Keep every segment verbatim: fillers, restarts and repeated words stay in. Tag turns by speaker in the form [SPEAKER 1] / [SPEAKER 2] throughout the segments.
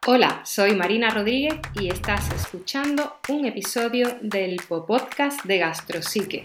[SPEAKER 1] Hola, soy Marina Rodríguez y estás escuchando un episodio del Podcast de Gastropsique.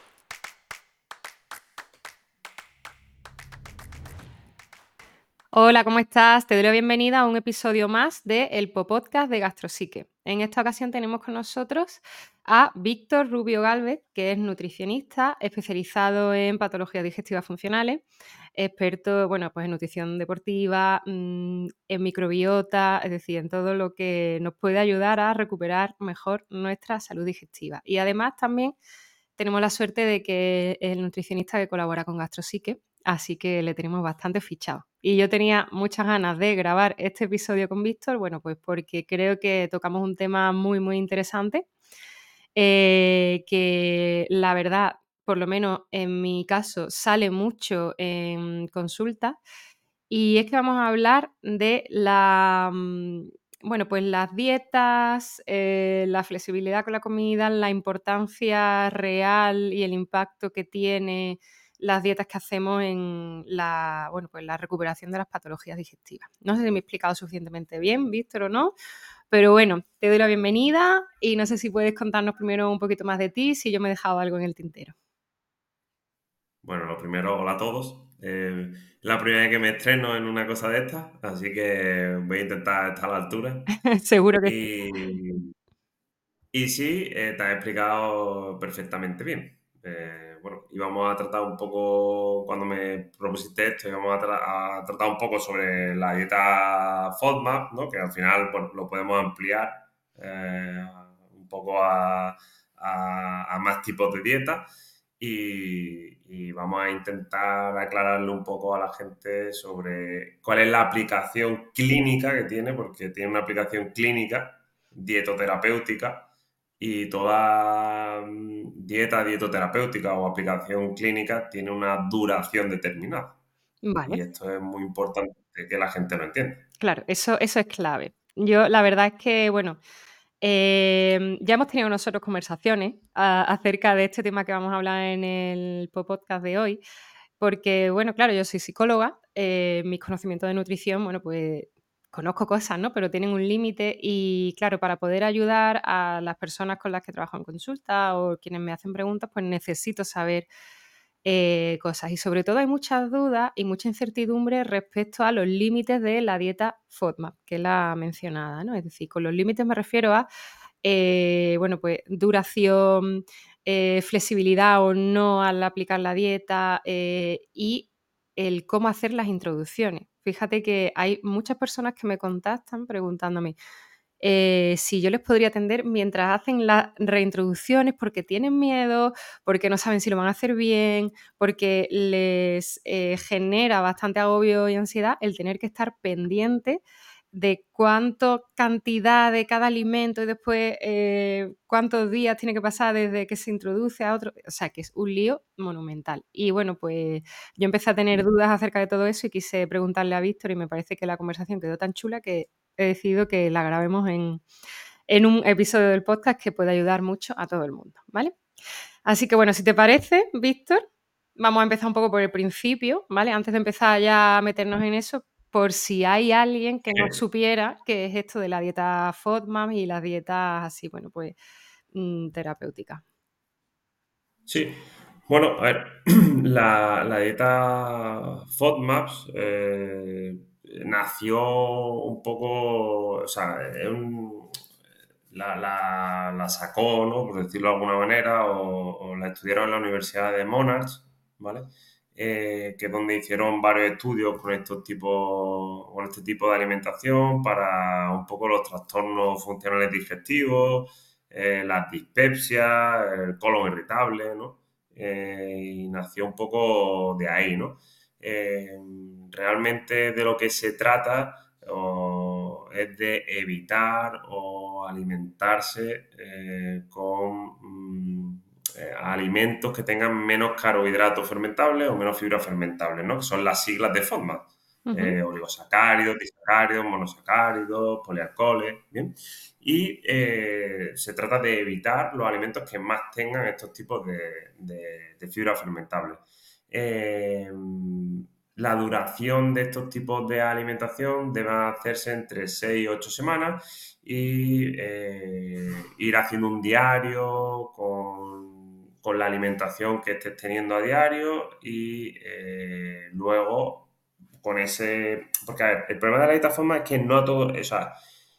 [SPEAKER 1] Hola, ¿cómo estás? Te doy la bienvenida a un episodio más de El Podcast de Gastropsique. En esta ocasión tenemos con nosotros a Víctor Rubio Gálvez, que es nutricionista especializado en patologías digestivas funcionales, experto, bueno, pues en nutrición deportiva, mmm, en microbiota, es decir, en todo lo que nos puede ayudar a recuperar mejor nuestra salud digestiva. Y además también tenemos la suerte de que es el nutricionista que colabora con Gastropsique, así que le tenemos bastante fichado. Y yo tenía muchas ganas de grabar este episodio con Víctor, bueno, pues porque creo que tocamos un tema muy, muy interesante, eh, que la verdad, por lo menos en mi caso, sale mucho en consulta, y es que vamos a hablar de la, mm, bueno, pues las dietas, eh, la flexibilidad con la comida, la importancia real y el impacto que tiene las dietas que hacemos en la, bueno, pues la recuperación de las patologías digestivas. No sé si me he explicado suficientemente bien, Víctor, o no, pero bueno, te doy la bienvenida y no sé si puedes contarnos primero un poquito más de ti, si yo me he dejado algo en el tintero.
[SPEAKER 2] Bueno, lo primero, hola a todos. Eh, la primera vez que me estreno en una cosa de estas, así que voy a intentar estar a la altura.
[SPEAKER 1] Seguro que sí.
[SPEAKER 2] Y, y sí, eh, te has explicado perfectamente bien. Eh, bueno, íbamos a tratar un poco, cuando me propusiste esto, íbamos a, tra- a tratar un poco sobre la dieta FODMAP, ¿no? Que al final pues, lo podemos ampliar eh, un poco a, a- a más tipos de dieta y, y vamos a intentar aclararle un poco a la gente sobre cuál es la aplicación clínica que tiene, porque tiene una aplicación clínica dietoterapéutica y toda mm, dieta dietoterapéutica o aplicación clínica tiene una duración determinada.
[SPEAKER 1] Vale.
[SPEAKER 2] Y esto es muy importante que la gente lo entienda.
[SPEAKER 1] Claro, eso, eso es clave. Yo la verdad es que, bueno, em, ya hemos tenido nosotros conversaciones a- acerca de este tema que vamos a hablar en el po- podcast de hoy, porque, bueno, claro, yo soy psicóloga, eh, mis conocimientos de nutrición, bueno, pues conozco cosas, ¿no? Pero tienen un límite y, claro, para poder ayudar a las personas con las que trabajo en consulta o quienes me hacen preguntas, pues necesito saber eh, cosas. Y sobre todo hay muchas dudas y mucha incertidumbre respecto a los límites de la dieta FODMAP, que es la mencionada, ¿no? Es decir, con los límites me refiero a, eh, bueno, pues duración, eh, flexibilidad o no al aplicar la dieta eh, y el cómo hacer las introducciones. Fíjate que hay muchas personas que me contactan preguntándome, eh, si yo les podría atender mientras hacen las reintroducciones porque tienen miedo, porque no saben si lo van a hacer bien, porque les eh, genera bastante agobio y ansiedad el tener que estar pendiente de cuánto cantidad de cada alimento y después eh, cuántos días tiene que pasar desde que se introduce a otro. O sea, que es un lío monumental. Y bueno, pues yo empecé a tener dudas acerca de todo eso y quise preguntarle a Víctor y me parece que la conversación quedó tan chula que he decidido que la grabemos en, en un episodio del podcast que puede ayudar mucho a todo el mundo, ¿vale? Así que bueno, si te parece, Víctor, vamos a empezar un poco por el principio, ¿vale? Antes de empezar ya a meternos en eso, por si hay alguien que no
[SPEAKER 2] Sí,
[SPEAKER 1] supiera qué es esto de la dieta FODMAP y las dietas así, bueno, pues mm, terapéuticas.
[SPEAKER 2] sí. Bueno, a ver, la, la dieta FODMAPs eh, nació un poco, o sea, es un- la, la- la sacó, ¿no? Por decirlo de alguna manera, o, o la estudiaron en la Universidad de Monash, ¿vale? Eh, que es donde hicieron varios estudios con estos tipos, con este tipo de alimentación para un poco los trastornos funcionales digestivos, eh, las dispepsias, el colon irritable, ¿no? Eh, y nació un poco de ahí, ¿no? Eh, realmente de lo que se trata o es de evitar o alimentarse eh, con mm, eh, alimentos que tengan menos carbohidratos fermentables o menos fibras fermentables, ¿no? Que son las siglas de FODMAP.
[SPEAKER 1] Ujú.
[SPEAKER 2] Eh, oligosacáridos, disacáridos, monosacáridos, polialcoholes, ¿bien? Y eh, se trata de evitar los alimentos que más tengan estos tipos de, de, de fibras fermentables. Eh, la duración de estos tipos de alimentación debe hacerse entre seis y ocho semanas y eh, ir haciendo un diario con, con la alimentación que estés teniendo a diario y eh, luego con ese... Porque a ver, el problema de la dieta forma es que no todo... O sea,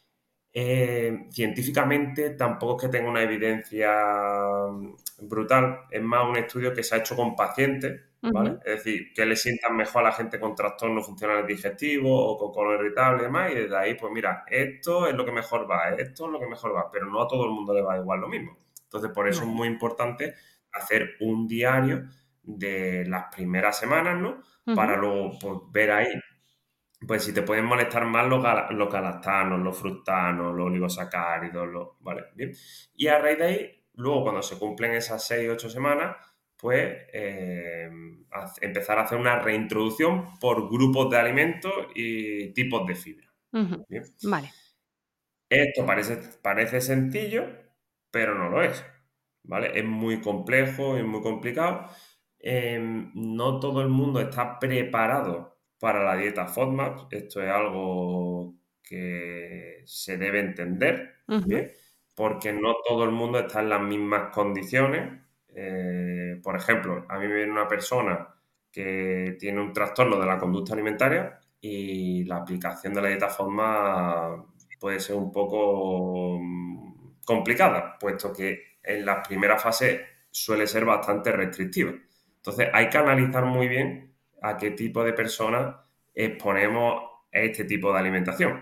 [SPEAKER 2] eh, científicamente tampoco es que tenga una evidencia mm, brutal, es más un estudio que se ha hecho con pacientes, ¿vale?
[SPEAKER 1] Ujú.
[SPEAKER 2] Es decir, que le sientan mejor a la gente con trastornos funcionales digestivos o con colon irritable y demás, y desde ahí, pues mira, esto es lo que mejor va, esto es lo que mejor va, pero no a todo el mundo le va igual lo mismo. Entonces, por eso es
[SPEAKER 1] Vale.
[SPEAKER 2] muy importante hacer un diario de las primeras semanas, ¿no? Para
[SPEAKER 1] Ujú.
[SPEAKER 2] luego pues, ver ahí pues si te pueden molestar más los, gala- los galactanos, los fructanos, los oligosacáridos, los, ¿vale? Bien. Y a raíz de ahí, luego cuando se cumplen esas seis ocho semanas, pues eh, haz- empezar a hacer una reintroducción por grupos de alimentos y tipos de fibra.
[SPEAKER 1] Ujú.
[SPEAKER 2] Bien.
[SPEAKER 1] Vale.
[SPEAKER 2] Esto parece, parece sencillo, pero no lo es, ¿vale? Es muy complejo, es muy complicado. Em, no todo el mundo está preparado para la dieta FODMAP. Esto es algo que se debe entender,
[SPEAKER 1] Ujú.
[SPEAKER 2] ¿bien? Porque no todo el mundo está en las mismas condiciones. Eh, por ejemplo, a mí me viene una persona que tiene un trastorno de la conducta alimentaria y la aplicación de la dieta FODMAP puede ser un poco mm, complicada, puesto que en las primeras fases suele ser bastante restrictiva. Entonces hay que analizar muy bien a qué tipo de personas exponemos este tipo de alimentación.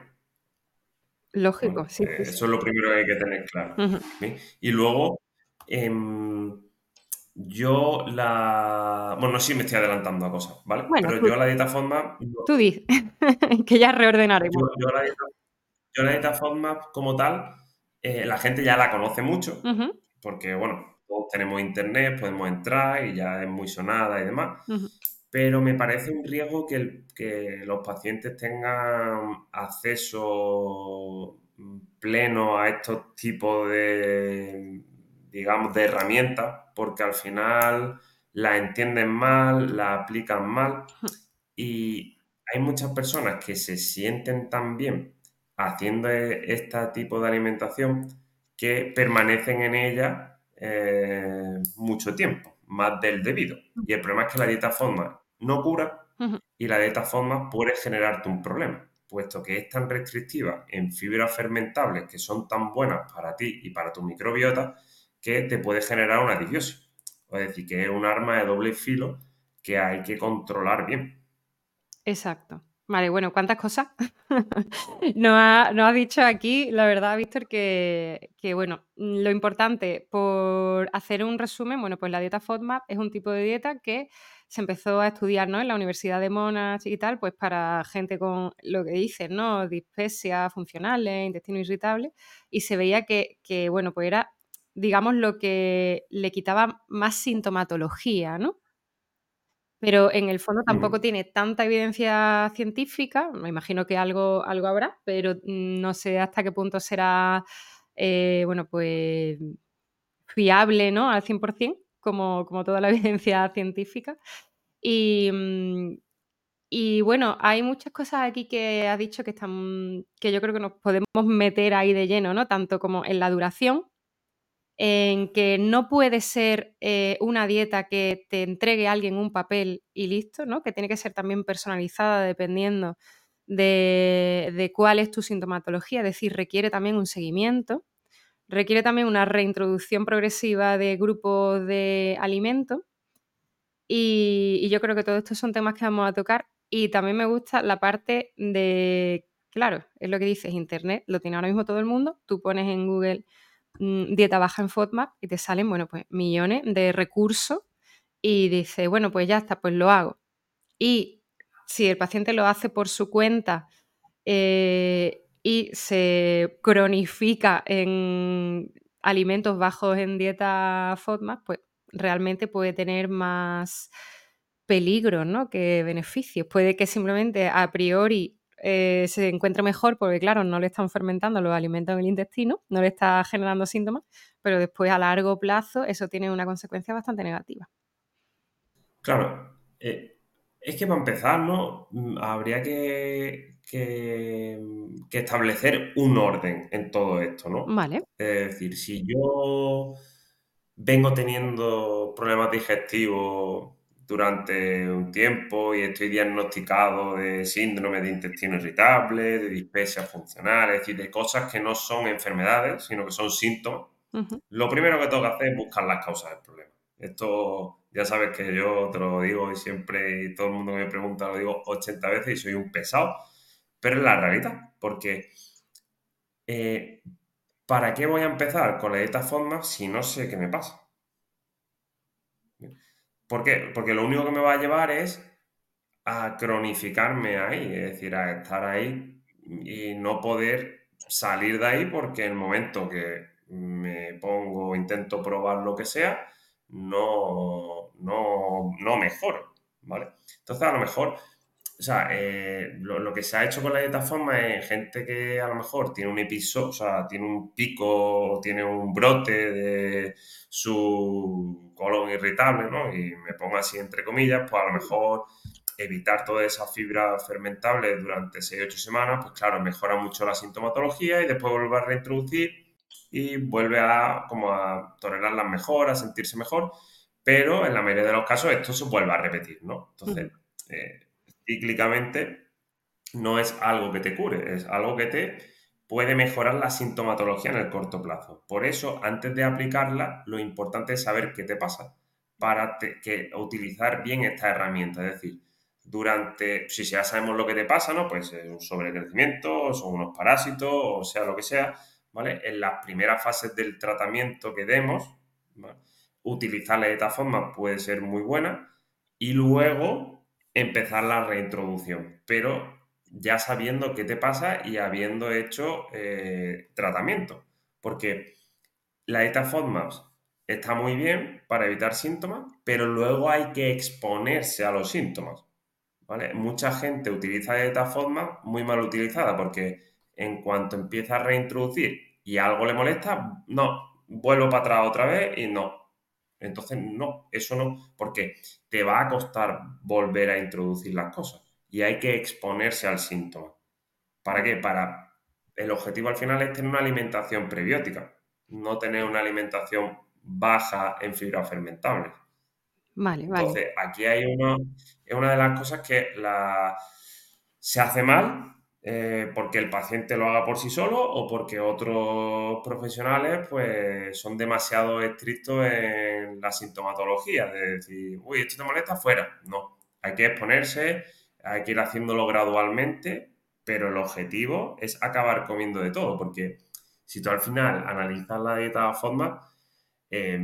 [SPEAKER 2] ¿Vale?
[SPEAKER 1] Lógico, sí, sí,
[SPEAKER 2] Eh,
[SPEAKER 1] sí.
[SPEAKER 2] eso es lo primero que hay que tener claro.
[SPEAKER 1] Ujú.
[SPEAKER 2] ¿Sí? Y luego, em, yo la... Bueno, no sé si me estoy adelantando a cosas, ¿vale?
[SPEAKER 1] Bueno,
[SPEAKER 2] Pero
[SPEAKER 1] tú
[SPEAKER 2] yo la dieta FODMAP,
[SPEAKER 1] tú di, que ya
[SPEAKER 2] yo,
[SPEAKER 1] reordenaremos.
[SPEAKER 2] yo la dieta Yo la dieta FODMAP como tal, eh, la gente ya la conoce mucho,
[SPEAKER 1] Ujú.
[SPEAKER 2] porque bueno, todos tenemos internet, podemos entrar y ya es muy sonada y demás,
[SPEAKER 1] Ujú.
[SPEAKER 2] pero me parece un riesgo que, el- que los pacientes tengan acceso mm, pleno a estos tipos de, digamos, de herramientas, porque al final la entienden mal, la aplican mal
[SPEAKER 1] Ujú.
[SPEAKER 2] y hay muchas personas que se sienten tan bien haciendo e- este tipo de alimentación que permanecen en ella eh, mucho tiempo, más del debido. Y el problema es que la dieta FODMAP no cura
[SPEAKER 1] Ujú.
[SPEAKER 2] y la dieta FODMAP puede generarte un problema, puesto que es tan restrictiva en fibras fermentables que son tan buenas para ti y para tu microbiota que te puede generar una disbiosis. Es decir, que es un arma de doble filo que hay que controlar bien.
[SPEAKER 1] Exacto. Vale, bueno, ¿cuántas cosas? Nos ha nos ha dicho aquí, la verdad, Víctor, que que bueno, mm, lo importante, por hacer un resumen, bueno, pues la dieta FODMAP es un tipo de dieta que se empezó a estudiar, ¿no?, en la Universidad de Monash y tal, pues para gente con lo que dicen, ¿no?, dispepsia funcionales, intestino irritable, y se veía que que, bueno, pues era, digamos, lo que le quitaba más sintomatología, ¿no? Pero en el fondo tampoco
[SPEAKER 2] Ujú.
[SPEAKER 1] tiene tanta evidencia científica, me imagino que algo algo habrá, pero, mm, no sé hasta qué punto será, eh, bueno, pues, fiable, ¿no?, al cien por ciento, como como toda la evidencia científica. Y, mm, y bueno, hay muchas cosas aquí que has dicho que están que yo creo que nos podemos meter ahí de lleno, ¿no?, tanto como en la duración, en que no puede ser, eh, una dieta que te entregue alguien un papel y listo, ¿no? Que tiene que ser también personalizada dependiendo de de cuál es tu sintomatología, es decir, requiere también un seguimiento, requiere también una reintroducción progresiva de grupos de alimentos, y y yo creo que todo esto son temas que vamos a tocar, y también me gusta la parte de claro, es lo que dices, Internet lo tiene ahora mismo todo el mundo, tú pones en Google mm, dieta baja en FODMAP y te salen, bueno, pues millones de recursos y dices, bueno, pues ya está, pues lo hago. Y si el paciente lo hace por su cuenta eh, y se cronifica en alimentos bajos en dieta FODMAP, pues realmente puede tener más peligro, ¿no?, que beneficios. Puede que simplemente a priori eh, se encuentre mejor porque, claro, no le están fermentando los alimentos en el intestino, no le está generando síntomas, pero después a largo plazo eso tiene una consecuencia bastante negativa.
[SPEAKER 2] Claro, eh, Es que para empezar, ¿no? Mm, Habría que, que, mm, que establecer un orden en todo esto, ¿no?
[SPEAKER 1] Vale.
[SPEAKER 2] Es decir, si yo vengo teniendo problemas digestivos durante un tiempo y estoy diagnosticado de síndrome de intestino irritable, de dispepsia funcional, es decir, de cosas que no son enfermedades, sino que son síntomas,
[SPEAKER 1] Ujú.
[SPEAKER 2] lo primero que tengo que hacer es buscar las causas del problema. Esto ya sabes que yo te lo digo y siempre, y todo el mundo que me pregunta lo digo ochenta veces y soy un pesado, pero es la realidad, porque eh, ¿para qué voy a empezar con la dieta FODMAP si no sé qué me pasa? ¿Por qué? Porque lo único que me va a llevar es a cronificarme ahí, es decir, a estar ahí y no poder salir de ahí porque en el momento que me pongo, intento probar lo que sea, no, no, no mejoro, ¿vale? Entonces, a lo mejor, o sea, eh, lo, lo que se ha hecho con la dieta forma es gente que a lo mejor tiene un episodio, o sea, tiene un pico, o tiene un brote de su colon irritable, ¿no? Y me pongo así entre comillas, pues a lo mejor evitar todas esas fibras fermentables durante seis ocho semanas, pues claro, mejora mucho la sintomatología y después vuelve a reintroducir y vuelve a, como a tolerarlas mejor, a sentirse mejor, pero en la mayoría de los casos esto se vuelve a repetir, ¿no?
[SPEAKER 1] Ujú.
[SPEAKER 2] Entonces, eh, cíclicamente no es algo que te cure, es algo que te puede mejorar la sintomatología en el corto plazo. Por eso, antes de aplicarla, lo importante es saber qué te pasa para te- que, utilizar bien esta herramienta. Es decir, durante, si ya sabemos lo que te pasa, ¿no? Pues es un sobrecrecimiento, son unos parásitos, o sea lo que sea, ¿vale? En las primeras fases del tratamiento que demos, ¿vale? Utilizar la dieta FODMAP puede ser muy buena y luego empezar la reintroducción, pero ya sabiendo qué te pasa y habiendo hecho eh, tratamiento. Porque la dieta FODMAPs está muy bien para evitar síntomas, pero luego hay que exponerse a los síntomas. ¿Vale? Mucha gente utiliza dieta FODMAP muy mal utilizada porque en cuanto empieza a reintroducir y algo le molesta, no, vuelvo para atrás otra vez y no. Entonces, no, eso no, porque te va a costar volver a introducir las cosas y hay que exponerse al síntoma. ¿Para qué? Para el objetivo al final es tener una alimentación prebiótica, no tener una alimentación baja en fibras fermentables.
[SPEAKER 1] Vale, vale.
[SPEAKER 2] Entonces, aquí hay uno, es una de las cosas que la, se hace mal eh, porque el paciente lo haga por sí solo o porque otros profesionales pues son demasiado estrictos en la sintomatología, de decir, uy, esto te molesta, fuera. No, hay que exponerse, hay que ir haciéndolo gradualmente, pero el objetivo es acabar comiendo de todo, porque si tú al final analizas la dieta FODMAP, eh,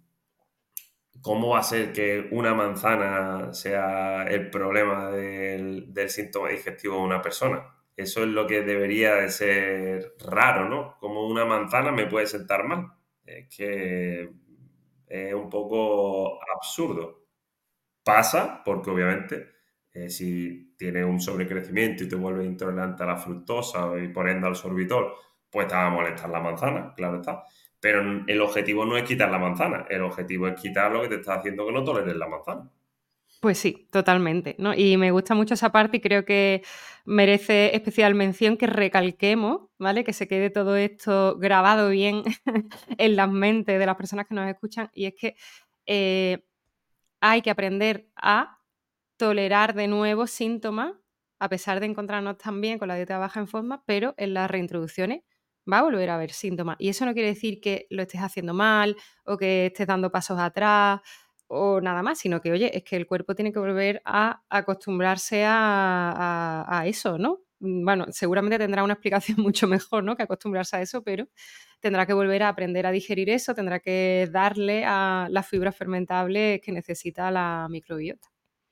[SPEAKER 2] ¿cómo va a ser que una manzana sea el problema del, del síntoma digestivo de una persona? Eso es lo que debería de ser raro, ¿no? Como una manzana me puede sentar mal. Es que es un poco absurdo. Pasa porque obviamente eh, si tienes un sobrecrecimiento y te vuelves intolerante a la fructosa y por ende al sorbitol, pues te va a molestar la manzana, claro está. Pero el objetivo no es quitar la manzana, el objetivo es quitar lo que te está haciendo que no toleres la manzana.
[SPEAKER 1] Pues sí, totalmente, ¿no? Y me gusta mucho esa parte y creo que merece especial mención que recalquemos, ¿vale? Que se quede todo esto grabado bien en las mentes de las personas que nos escuchan. Y es que eh, hay que aprender a tolerar de nuevo síntomas, a pesar de encontrarnos tan bien con la dieta baja en forma, pero en las reintroducciones va a volver a haber síntomas. Y eso no quiere decir que lo estés haciendo mal o que estés dando pasos atrás o nada más, sino que, oye, es que el cuerpo tiene que volver a acostumbrarse a, a- a eso, ¿no? Mm, Bueno, seguramente tendrá una explicación mucho mejor, ¿no? Que acostumbrarse a eso, pero tendrá que volver a aprender a digerir eso, tendrá que darle a las fibras fermentables que necesita la microbiota.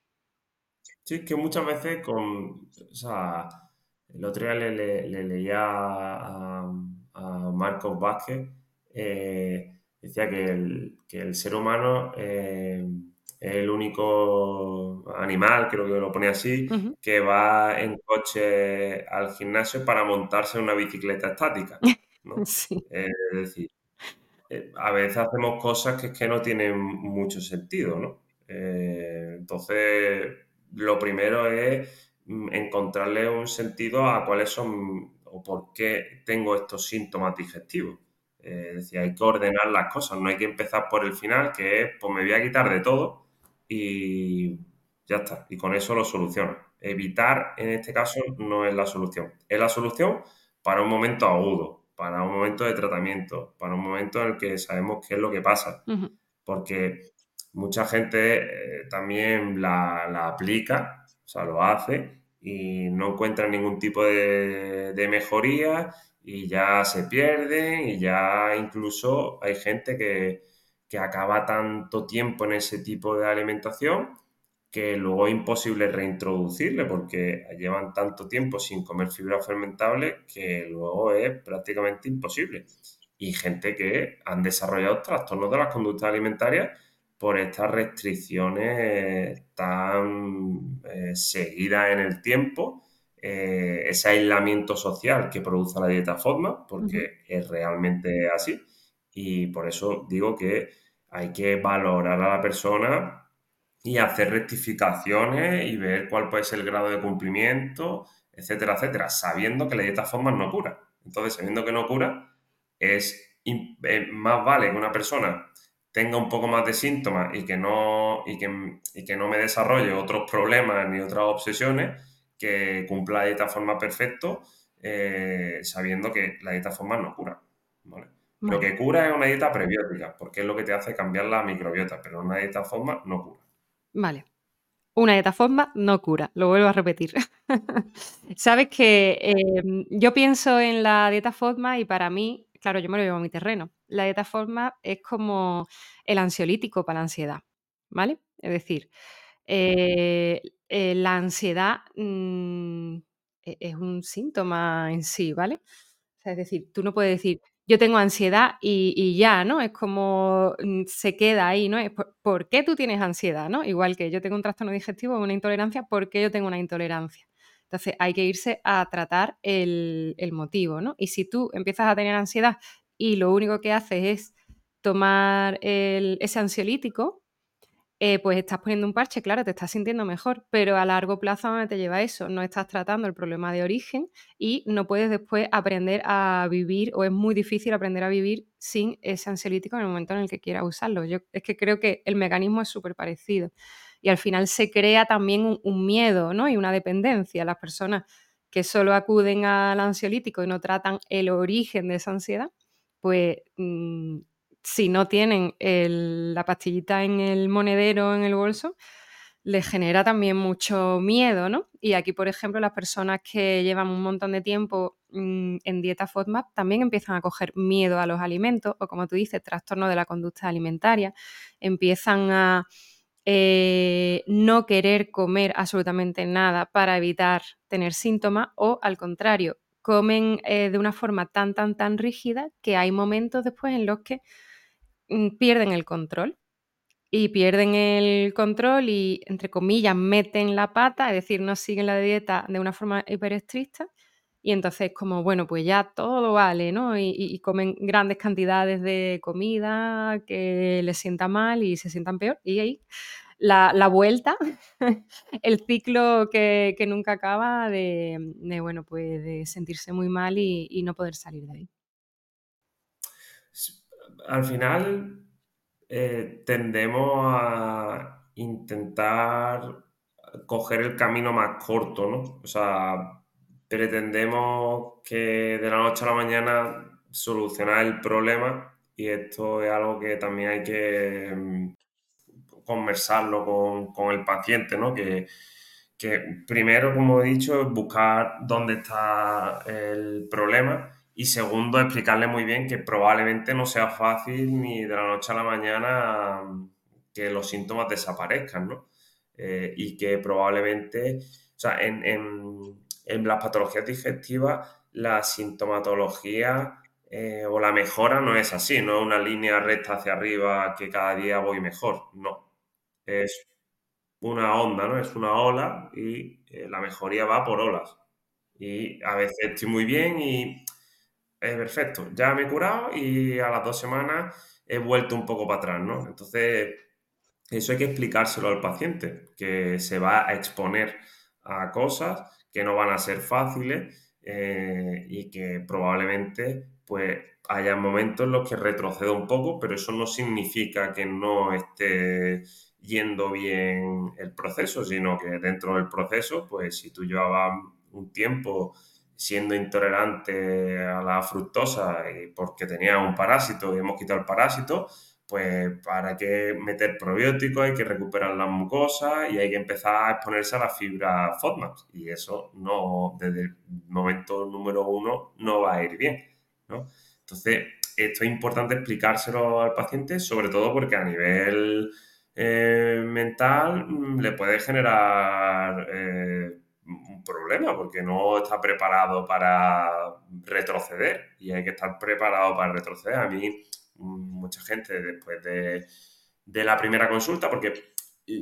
[SPEAKER 2] Sí, es que muchas veces con, o sea, el otro día le, le- le leía a, a Marcos Vázquez, eh, decía que el, que el ser humano eh, es el único animal, creo que lo pone así,
[SPEAKER 1] Ujú.
[SPEAKER 2] que va en coche al gimnasio para montarse en una bicicleta estática, ¿no?
[SPEAKER 1] Sí.
[SPEAKER 2] Es decir, eh, a veces hacemos cosas que es que no tienen mucho sentido, ¿no? Eh, entonces, lo primero es mm, encontrarle un sentido a cuáles son o por qué tengo estos síntomas digestivos. Eh, es decir, hay que ordenar las cosas, no hay que empezar por el final, que es, pues me voy a quitar de todo y ya está, y con eso lo soluciono. Evitar, en este caso, no es la solución. Es la solución para un momento agudo, para un momento de tratamiento, para un momento en el que sabemos qué es lo que pasa.
[SPEAKER 1] Ujú,
[SPEAKER 2] Porque mucha gente eh, también la, la aplica, o sea, lo hace y no encuentra ningún tipo de, de mejoría y ya se pierden y ya incluso hay gente que, que acaba tanto tiempo en ese tipo de alimentación que luego es imposible reintroducirle porque llevan tanto tiempo sin comer fibra fermentable que luego es prácticamente imposible. Y gente que han desarrollado trastornos de las conductas alimentarias por estas restricciones tan eh, seguidas en el tiempo, eh, ese aislamiento social que produce la dieta FODMAP,
[SPEAKER 1] ujú.
[SPEAKER 2] porque es realmente así. Y por eso digo que hay que valorar a la persona y hacer rectificaciones y ver cuál puede ser el grado de cumplimiento, etcétera, etcétera, sabiendo que la dieta FODMAP no cura. Entonces, sabiendo que no cura, es, es más vale que una persona tenga un poco más de síntomas y que no, y que, y que no me desarrolle otros problemas ni otras obsesiones, que cumpla la dieta FODMAP perfecto, eh, sabiendo que la dieta FODMAP no cura. ¿Vale? Lo
[SPEAKER 1] Vale,
[SPEAKER 2] que cura es una dieta prebiótica, porque es lo que te hace cambiar la microbiota, pero una dieta FODMAP no cura.
[SPEAKER 1] vale. Una dieta FODMAP no cura, lo vuelvo a repetir. Sabes que, em, yo pienso en la dieta FODMAP y para mí, claro, yo me lo llevo a mi terreno. La dieta FODMAP es como el ansiolítico para la ansiedad, ¿vale? Es decir, eh, eh, la ansiedad, mm, e es un síntoma en sí, ¿vale? O sea, es decir, tú no puedes decir: "Yo tengo ansiedad", y y ya, ¿no? Es como, mm, se queda ahí, ¿no? Es por ¿por qué tú tienes ansiedad?, ¿no? Igual que yo tengo un trastorno digestivo o una intolerancia, ¿por qué yo tengo una intolerancia? Entonces, hay que irse a tratar el el motivo, ¿no? Y si tú empiezas a tener ansiedad y lo único que haces es tomar el ese ansiolítico, eh, pues estás poniendo un parche, claro, te estás sintiendo mejor, pero a largo plazo, ¿a dónde te lleva eso? No estás tratando el problema de origen y no puedes después aprender a vivir, o es muy difícil aprender a vivir sin ese ansiolítico en el momento en el que quieras usarlo. Yo es que creo que el mecanismo es súper parecido y al final se crea también un, un miedo, ¿no? Y una dependencia. Las personas que solo acuden al ansiolítico y no tratan el origen de esa ansiedad, pues mm, si no tienen el la pastillita en el monedero, en el bolso, les genera también mucho miedo, ¿no? Y aquí, por ejemplo, las personas que llevan un montón de tiempo, mm, en dieta FODMAP también empiezan a coger miedo a los alimentos o, como tú dices, trastorno de la conducta alimentaria. Empiezan a, eh, no querer comer absolutamente nada para evitar tener síntomas o, al contrario, comen, eh, de una forma tan, tan, tan rígida que hay momentos después en los que mm, pierden el control. Y pierden el control y, entre comillas, meten la pata, es decir, no siguen la dieta de una forma hiperestricta. Y entonces como, bueno, pues ya todo vale, ¿no? Y y y comen grandes cantidades de comida que les sienta mal y se sientan peor. Y ahí la la vuelta, el ciclo que que nunca acaba de de, bueno, pues de sentirse muy mal y y no poder salir de ahí.
[SPEAKER 2] S- Al final, eh, tendemos a intentar coger el camino más corto, ¿no? O sea, pretendemos que de la noche a la mañana solucionar el problema y esto es algo que también hay que mm, conversarlo con, con el paciente, ¿no? Que, que primero, como he dicho, es buscar dónde está el problema y segundo, explicarle muy bien que probablemente no sea fácil ni de la noche a la mañana mm, que los síntomas desaparezcan, ¿no? Eh, y que probablemente, o sea, en, en- en las patologías digestivas, la sintomatología eh, o la mejora no es así, no es una línea recta hacia arriba que cada día voy mejor, no. Es una onda, ¿no? Es una ola y eh, la mejoría va por olas. Y a veces estoy muy bien y eh, perfecto, ya me he curado y a las dos semanas he vuelto un poco para atrás, ¿no? Entonces, Eso hay que explicárselo al paciente, que se va a exponer a cosas que no van a ser fáciles, eh, y que probablemente pues haya momentos en los que retroceda un poco, pero eso no significa que no esté yendo bien el proceso, sino que dentro del proceso, pues si tú llevabas un tiempo siendo intolerante a la fructosa y porque tenía un parásito y hemos quitado el parásito, pues para que meter probióticos, hay que recuperar las mucosas y hay que empezar a exponerse a la fibra FODMAPs. Y eso no, desde el momento número uno, no va a ir bien, ¿no? Entonces, esto es importante explicárselo al paciente, sobre todo porque a nivel eh, mental mm, le puede generar eh, un problema, porque no está preparado para retroceder y hay que estar preparado para retroceder. A mí mucha gente después de, de la primera consulta, porque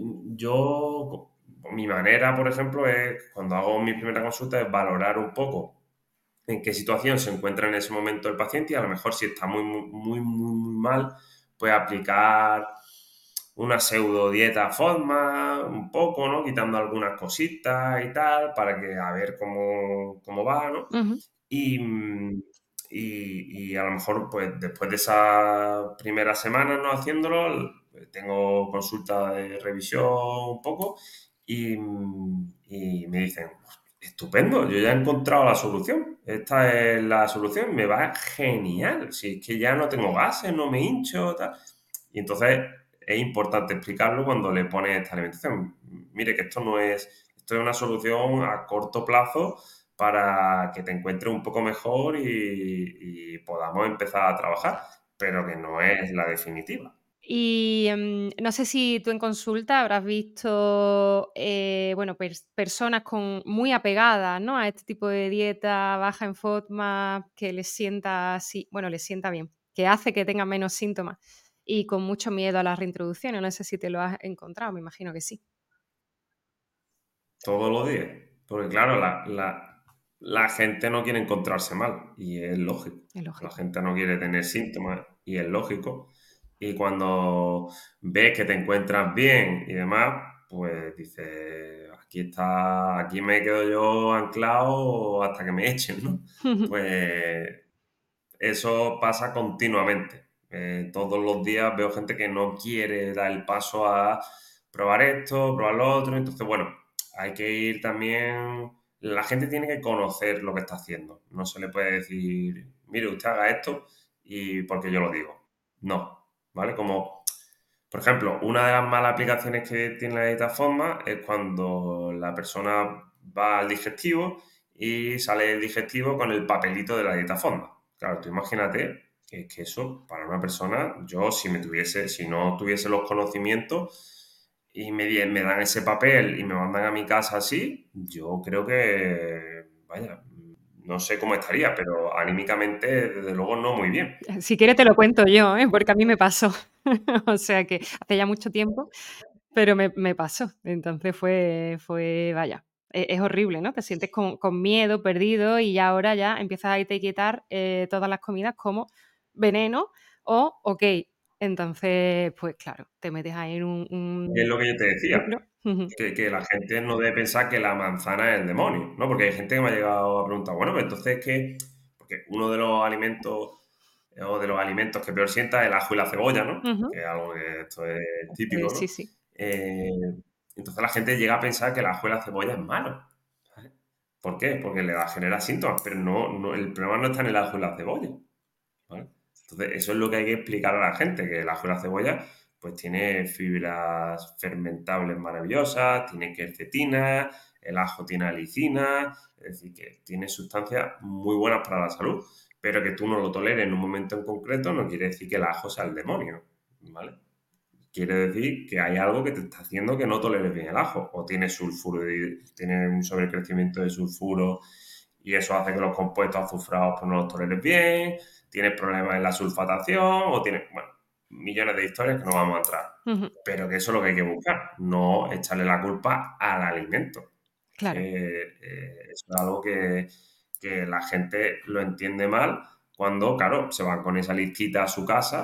[SPEAKER 2] yo, mi manera, por ejemplo, es cuando hago mi primera consulta es valorar un poco en qué situación se encuentra en ese momento el paciente y a lo mejor si está muy, muy, muy, muy, muy mal, pues aplicar una pseudo dieta FODMAP, un poco, ¿no? Quitando algunas cositas y tal, para que a ver cómo, cómo va, ¿no?
[SPEAKER 1] Ujú.
[SPEAKER 2] Y, y, y a lo mejor, pues después de esa primera semana no haciéndolo, tengo consulta de revisión un poco y, y me dicen, estupendo, yo ya he encontrado la solución. Esta es la solución, me va genial. Si es que ya no tengo gases, no me hincho, tal. Y entonces es importante explicarlo cuando le pones esta alimentación. Mire que esto no es, esto es una solución a corto plazo para que te encuentres un poco mejor y, y podamos empezar a trabajar, pero que no es la definitiva.
[SPEAKER 1] Y, em, no sé si tú en consulta habrás visto, eh, bueno, pers personas con muy apegadas, ¿no?, a este tipo de dieta baja en FODMAP, que les sienta así, bueno, les sienta bien, que hace que tengan menos síntomas y con mucho miedo a las reintroducciones. No sé si te lo has encontrado, me imagino que sí.
[SPEAKER 2] Todos los días. Porque claro, la, la- la gente no quiere encontrarse mal y es lógico.
[SPEAKER 1] Es
[SPEAKER 2] La
[SPEAKER 1] lógico.
[SPEAKER 2] gente no quiere tener síntomas y es lógico. Y cuando ves que te encuentras bien y demás, pues dices, aquí está, aquí me quedo yo anclado hasta que me echen, ¿no? Pues eso pasa continuamente. Eh, todos los días veo gente que no quiere dar el paso a probar esto, probar lo otro. Entonces, bueno, hay que ir también. La gente tiene que conocer lo que está haciendo. No se le puede decir, mire, usted haga esto y porque yo lo digo. No, ¿vale? Como, por ejemplo, una de las malas aplicaciones que tiene la dieta FODMAP es cuando la persona va al digestivo y sale del digestivo con el papelito de la dieta FODMAP. Claro, tú imagínate que, que eso para una persona, yo si me tuviese, si no tuviese los conocimientos y me, di- me dan ese papel y me mandan a mi casa así, yo creo que, vaya, no sé cómo estaría, pero anímicamente, desde luego, no muy bien.
[SPEAKER 1] Si quieres te lo cuento yo, ¿eh? Porque a mí me pasó. O sea que hace ya mucho tiempo, pero me me pasó. Entonces fue fue, vaya, e es horrible, ¿no? Te sientes con con miedo, perdido, y ya ahora ya empiezas a etiquetar, eh, todas las comidas como veneno o okey. Entonces, pues claro, te metes ahí en un
[SPEAKER 2] Y es
[SPEAKER 1] un
[SPEAKER 2] lo que yo te decía,
[SPEAKER 1] ciclo. Ujú,
[SPEAKER 2] que, que la gente no debe pensar que la manzana es el demonio, ¿no? Porque hay gente que me ha llegado a preguntar, bueno, pues entonces, ¿qué? Porque uno de los alimentos, eh, o de los alimentos que peor sienta es el ajo y la cebolla, ¿no?
[SPEAKER 1] ujú.
[SPEAKER 2] Que es algo que esto es
[SPEAKER 1] Eh,
[SPEAKER 2] típico,
[SPEAKER 1] sí,
[SPEAKER 2] ¿no?
[SPEAKER 1] sí.
[SPEAKER 2] Eh, entonces la gente llega a pensar que el ajo y la cebolla es malo. ¿Vale? ¿Por qué? Porque le da, genera síntomas, pero no, no, el problema no está en el ajo y la cebolla. ¿Vale? Entonces, eso es lo que hay que explicar a la gente, que el ajo y la cebolla pues tiene fibras fermentables maravillosas, tiene quercetina, el ajo tiene alicina, es decir, que tiene sustancias muy buenas para la salud, pero que tú no lo toleres en un momento en concreto no quiere decir que el ajo sea el demonio, ¿vale? Quiere decir que hay algo que te está haciendo que no toleres bien el ajo, o tiene sulfuro, tiene un sobrecrecimiento de sulfuro y eso hace que los compuestos azufrados pues, no los toleres bien, tienes problemas en la sulfatación o tienes, bueno, millones de historias que no vamos a entrar.
[SPEAKER 1] Ujú.
[SPEAKER 2] Pero que eso es lo que hay que buscar, no echarle la culpa al alimento.
[SPEAKER 1] Claro.
[SPEAKER 2] Que eh, eso es algo que, que la gente lo entiende mal cuando, claro, se van con esa listita a su casa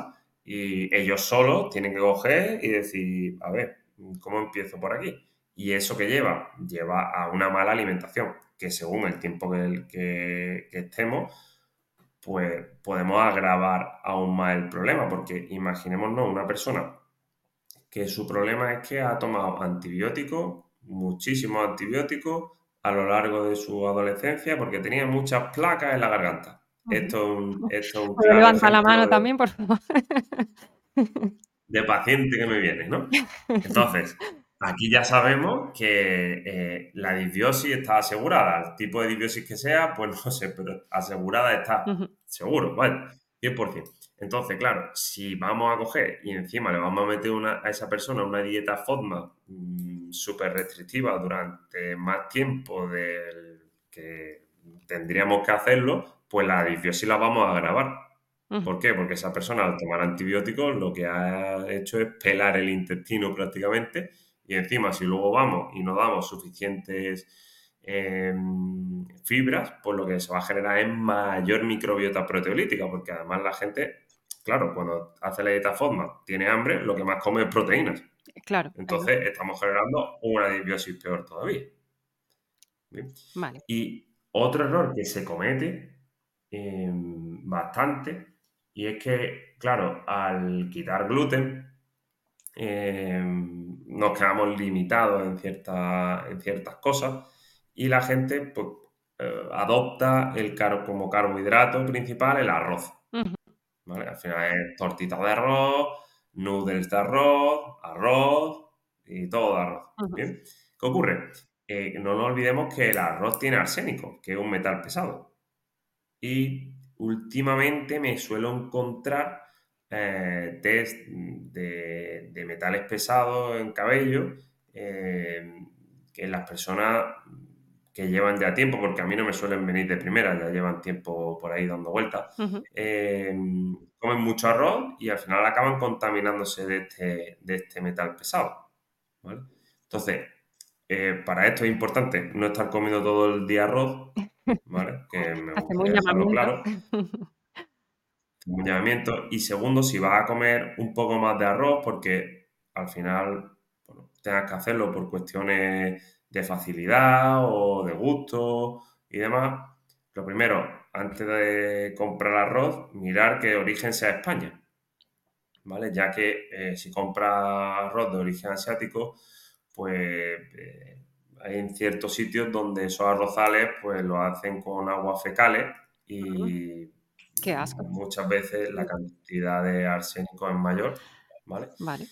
[SPEAKER 2] Y ellos solos tienen que coger y decir, a ver, ¿cómo empiezo por aquí? Y eso que lleva, lleva a una mala alimentación, que según el tiempo que, que, que estemos, pues podemos agravar aún más el problema, porque imaginémonos una persona que su problema es que ha tomado antibióticos, muchísimos antibióticos, a lo largo de su adolescencia, porque tenía muchas placas en la garganta.
[SPEAKER 1] Ujú.
[SPEAKER 2] Esto es un, esto es un
[SPEAKER 1] ¿Puedo
[SPEAKER 2] claro
[SPEAKER 1] levantar la
[SPEAKER 2] ejemplo
[SPEAKER 1] mano
[SPEAKER 2] de,
[SPEAKER 1] también, por favor?
[SPEAKER 2] de paciente que me viene, ¿no? Entonces, aquí ya sabemos que eh, la disbiosis está asegurada. El tipo de disbiosis que sea, pues no sé, pero asegurada está,
[SPEAKER 1] Ujú,
[SPEAKER 2] seguro, ¿vale? cien por ciento. Entonces, claro, si vamos a coger y encima le vamos a meter una- a esa persona una dieta FODMAP mm, súper restrictiva durante más tiempo del que tendríamos que hacerlo, pues la disbiosis la vamos a agravar.
[SPEAKER 1] ujú.
[SPEAKER 2] ¿Por qué? Porque esa persona al tomar antibióticos lo que ha hecho es pelar el intestino prácticamente y encima si luego vamos y no damos suficientes eh, fibras, pues lo que se va a generar es mayor microbiota proteolítica, porque además la gente, claro, cuando hace la dieta FODMAP, tiene hambre, lo que más come es proteínas.
[SPEAKER 1] Claro, ahí va.
[SPEAKER 2] Entonces estamos generando una disbiosis peor todavía. ¿Bien?
[SPEAKER 1] Vale.
[SPEAKER 2] Y otro error que se comete eh, bastante, y es que, claro, al quitar gluten, eh, nos quedamos limitados en, cierta- en ciertas cosas y la gente pues, eh, adopta el car- como carbohidrato principal el arroz.
[SPEAKER 1] Ujú,
[SPEAKER 2] ¿Vale? Al final es tortita de arroz, noodles de arroz, arroz y todo de arroz.
[SPEAKER 1] ujú.
[SPEAKER 2] ¿Bien? ¿Qué ocurre? Eh, no nos olvidemos que el arroz tiene arsénico, que es un metal pesado. Y últimamente me suelo encontrar eh, test de, de metales pesados en cabello eh, que en las personas que llevan ya tiempo, porque a mí no me suelen venir de primera, ya llevan tiempo por ahí dando vueltas,
[SPEAKER 1] Ujú.
[SPEAKER 2] eh, comen mucho arroz y al final acaban contaminándose de este, de este metal pesado. ¿Vale? Entonces, eh, para esto es importante no estar comiendo todo el día arroz, ¿vale? Que me
[SPEAKER 1] Hacemos un
[SPEAKER 2] gustaría dejarlo
[SPEAKER 1] llamamiento.
[SPEAKER 2] claro, un llamamiento. Y segundo, si vas a comer un poco más de arroz, porque al final, bueno, tengas que hacerlo por cuestiones de facilidad o de gusto y demás, lo primero, antes de comprar arroz, mirar que origen sea España, ¿vale? Ya que eh, si compras arroz de origen asiático, pues eh, hay en ciertos sitios donde esos arrozales pues lo hacen con aguas fecales
[SPEAKER 1] Ujú.
[SPEAKER 2] y
[SPEAKER 1] Qué asco.
[SPEAKER 2] muchas veces la cantidad de arsénico es mayor, ¿vale?
[SPEAKER 1] Vale,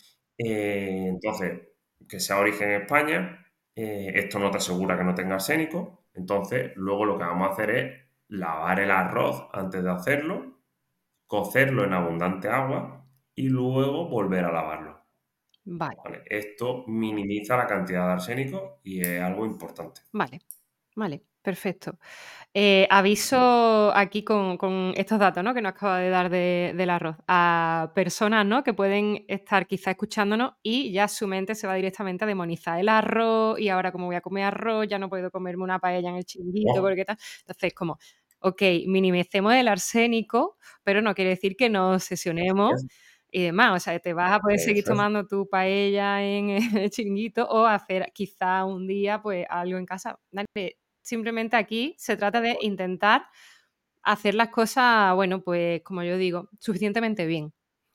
[SPEAKER 2] Eh, entonces, que sea origen España, eh, esto no te asegura que no tenga arsénico, entonces luego lo que vamos a hacer es lavar el arroz antes de hacerlo, cocerlo en abundante agua y luego volver a lavarlo.
[SPEAKER 1] vale,
[SPEAKER 2] ¿Vale? Esto minimiza la cantidad de arsénico y es algo importante.
[SPEAKER 1] vale, vale, perfecto. Eh, aviso aquí con, con estos datos, ¿no? Que nos acaba de dar de- del arroz a personas, ¿no? Que pueden estar quizá escuchándonos y ya su mente se va directamente a demonizar el arroz y ahora como voy a comer arroz ya no puedo comerme una paella en el chiringuito
[SPEAKER 2] Oh,
[SPEAKER 1] porque tal. Entonces, como, ok, minimicemos el arsénico, pero no quiere decir que nos obsesionemos
[SPEAKER 2] es-
[SPEAKER 1] y demás. O sea, te vas a poder seguir
[SPEAKER 2] eso es.
[SPEAKER 1] tomando tu paella en el chiringuito o hacer quizá un día pues algo en casa. Dale. Simplemente aquí se trata de intentar hacer las cosas, bueno, pues, como yo digo, suficientemente bien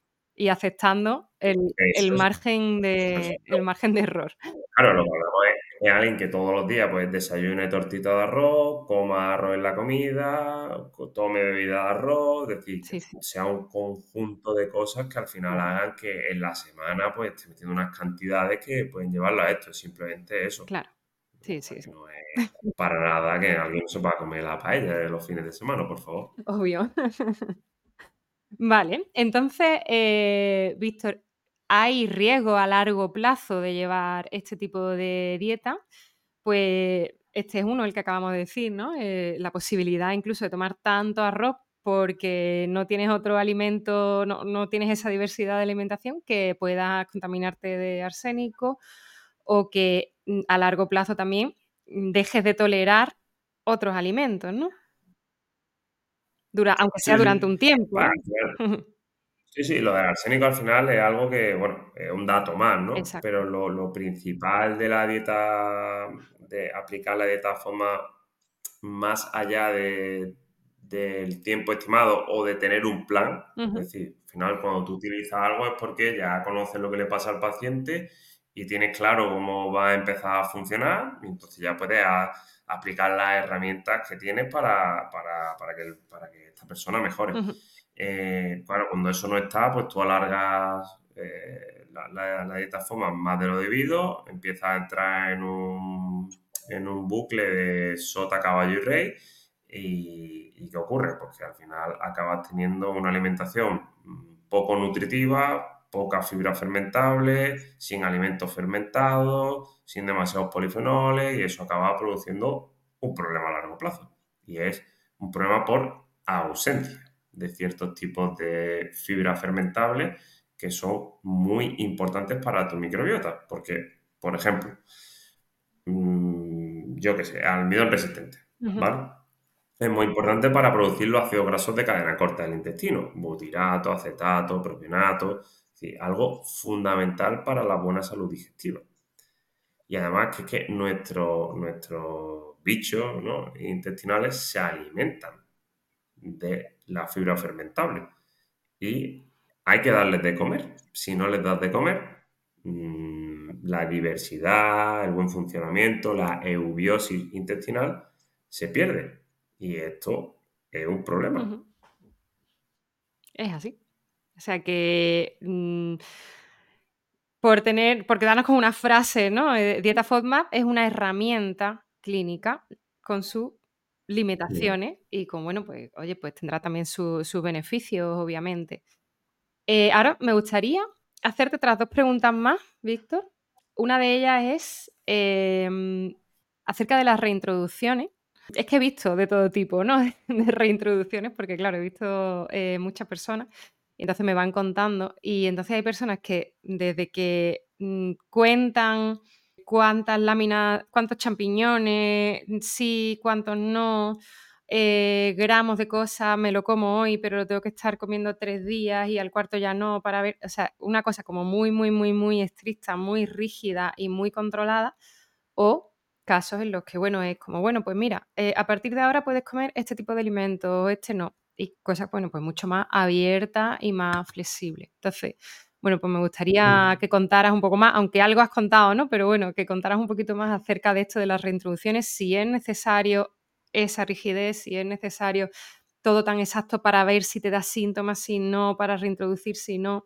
[SPEAKER 1] y aceptando el el
[SPEAKER 2] Eso es.
[SPEAKER 1] margen de el margen de error.
[SPEAKER 2] Claro, lo que hablamos es, es alguien que todos los días pues desayune tortita de arroz, coma arroz en la comida, co- tome bebida de arroz, es decir, que
[SPEAKER 1] Sí, sí,
[SPEAKER 2] sea un conjunto de cosas que al final
[SPEAKER 1] claro,
[SPEAKER 2] hagan que en la semana pues esté metiendo unas cantidades que pueden llevarlo a esto, es simplemente eso.
[SPEAKER 1] claro. Sí, sí,
[SPEAKER 2] Vale,
[SPEAKER 1] sí,
[SPEAKER 2] no es para nada que alguien se va a comer la paella de los fines de semana, por favor.
[SPEAKER 1] obvio. Vale, entonces, eh, Víctor, ¿hay riesgo a largo plazo de llevar este tipo de dieta? Pues este es uno, el que acabamos de decir, ¿no? Eh, la posibilidad incluso de tomar tanto arroz porque no tienes otro alimento, no, no tienes esa diversidad de alimentación que pueda contaminarte de arsénico o que mm, a largo plazo también mm, dejes de tolerar otros alimentos, ¿no? Dura, aunque sea
[SPEAKER 2] Sí, sí.
[SPEAKER 1] durante un tiempo,
[SPEAKER 2] Va,
[SPEAKER 1] ¿eh?
[SPEAKER 2] Sí, sí, lo del arsénico al final es algo que, bueno, es un dato más, ¿no?
[SPEAKER 1] Exacto.
[SPEAKER 2] Pero lo, lo principal de la dieta, de aplicar la dieta FODMAP más allá de, del tiempo estimado o de tener un plan,
[SPEAKER 1] Ujú,
[SPEAKER 2] es decir, al final cuando tú utilizas algo es porque ya conoces lo que le pasa al paciente y tienes claro cómo va a empezar a funcionar y entonces ya puedes a- aplicar las herramientas que tienes para, para, para que, para que esta persona mejore.
[SPEAKER 1] ujú,
[SPEAKER 2] Eh, claro, cuando eso no está, pues tú alargas eh, la, la- la dieta FODMAP más de lo debido, empiezas a entrar en un, en un bucle de sota, caballo y rey. ¿Y, y qué ocurre? Pues que al final acabas teniendo una alimentación mm, poco nutritiva, poca fibra fermentable, sin alimentos fermentados, sin demasiados polifenoles y eso acaba produciendo un problema a largo plazo. Y es un problema por ausencia de ciertos tipos de fibra fermentable que son muy importantes para tu microbiota. Porque, por ejemplo, mmm, yo qué sé, almidón resistente,
[SPEAKER 1] ujú,
[SPEAKER 2] ¿vale? Es muy importante para producir los ácidos grasos de cadena corta del intestino, butirato, acetato, propionato, sí, algo fundamental para la buena salud digestiva. Y además que es que nuestro- nuestros bichos, ¿no?, intestinales se alimentan de la fibra fermentable y hay que darles de comer. Si no les das de comer, mmm, la diversidad, el buen funcionamiento, la eubiosis intestinal se pierde. Y esto es un problema.
[SPEAKER 1] ujú. Es así. O sea que, mm, por tener por quedarnos con una frase, ¿no? Eh, dieta FODMAP es una herramienta clínica con sus
[SPEAKER 2] Bien.
[SPEAKER 1] limitaciones y con, bueno, pues, oye, pues tendrá también su sus beneficios, obviamente. Eh, ahora me gustaría hacerte otras dos preguntas más, Víctor. Una de ellas es, em, acerca de las reintroducciones. Es que he visto de todo tipo, ¿no? De reintroducciones, porque claro, he visto, eh, muchas personas, y entonces me van contando, y entonces hay personas que desde que, mm, cuentan cuántas láminas, cuántos champiñones sí, cuántos no, eh, gramos de cosas, me lo como hoy, pero lo tengo que estar comiendo tres días y al cuarto ya no, para ver, o sea, una cosa como muy, muy, muy, muy estricta, muy rígida y muy controlada, o casos en los que, bueno, es como, bueno, pues mira, eh, a partir de ahora puedes comer este tipo de alimentos, este no, y cosas, bueno, pues mucho más abiertas y más flexibles. Entonces, bueno, pues me gustaría
[SPEAKER 2] Mm.
[SPEAKER 1] que contaras un poco más, aunque algo has contado, ¿no? Pero bueno, que contaras un poquito más acerca de esto de las reintroducciones, si es necesario esa rigidez, si es necesario todo tan exacto para ver si te da síntomas, si no, para reintroducir, si no.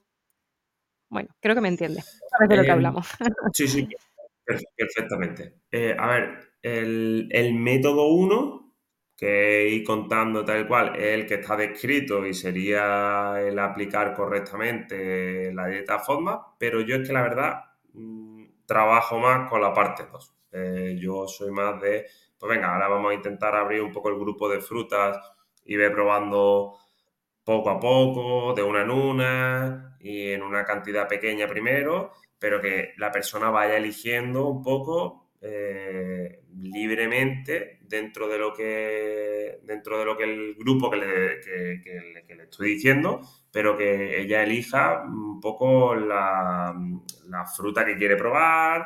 [SPEAKER 1] Bueno, creo que me entiendes. Sabes de lo que
[SPEAKER 2] Em,
[SPEAKER 1] hablamos.
[SPEAKER 2] sí, sí, per- perfectamente. Eh, a ver, el, el método uno, que ir contando tal cual, es el que está descrito y sería el aplicar correctamente la dieta FODMAP, pero yo es que la verdad mm, trabajo más con la parte dos. Eh, yo soy más de, pues venga, ahora vamos a intentar abrir un poco el grupo de frutas y ver probando poco a poco, de una en una y en una cantidad pequeña primero, pero que la persona vaya eligiendo un poco eh, libremente dentro de lo que dentro de lo que el grupo que le, que, que le, que le estoy diciendo, pero que ella elija un poco la, la fruta que quiere probar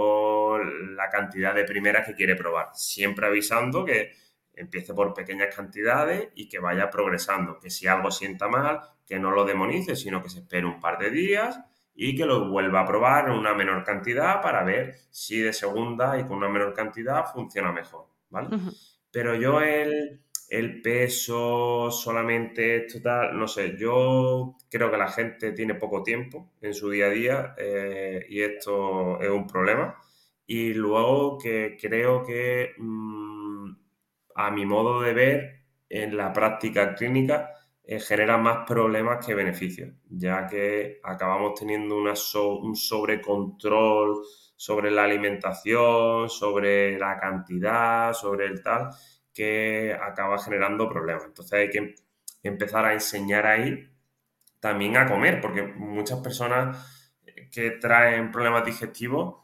[SPEAKER 2] o la cantidad de primeras que quiere probar, siempre avisando que empiece por pequeñas cantidades y que vaya progresando. Que si algo sienta mal, que no lo demonice, sino que se espere un par de días y que lo vuelva a probar en una menor cantidad para ver si de segunda y con una menor cantidad funciona mejor, ¿vale?
[SPEAKER 1] Ujú,
[SPEAKER 2] Pero yo el, el peso, solamente esto, tal, no sé, yo creo que la gente tiene poco tiempo en su día a día eh, y esto es un problema. Y luego que creo que mmm, a mi modo de ver, en la práctica clínica eh, genera más problemas que beneficios, ya que acabamos teniendo una so- un sobrecontrol sobre la alimentación, sobre la cantidad, sobre el tal, que acaba generando problemas. Entonces hay que empezar a enseñar ahí también a comer, porque muchas personas que traen problemas digestivos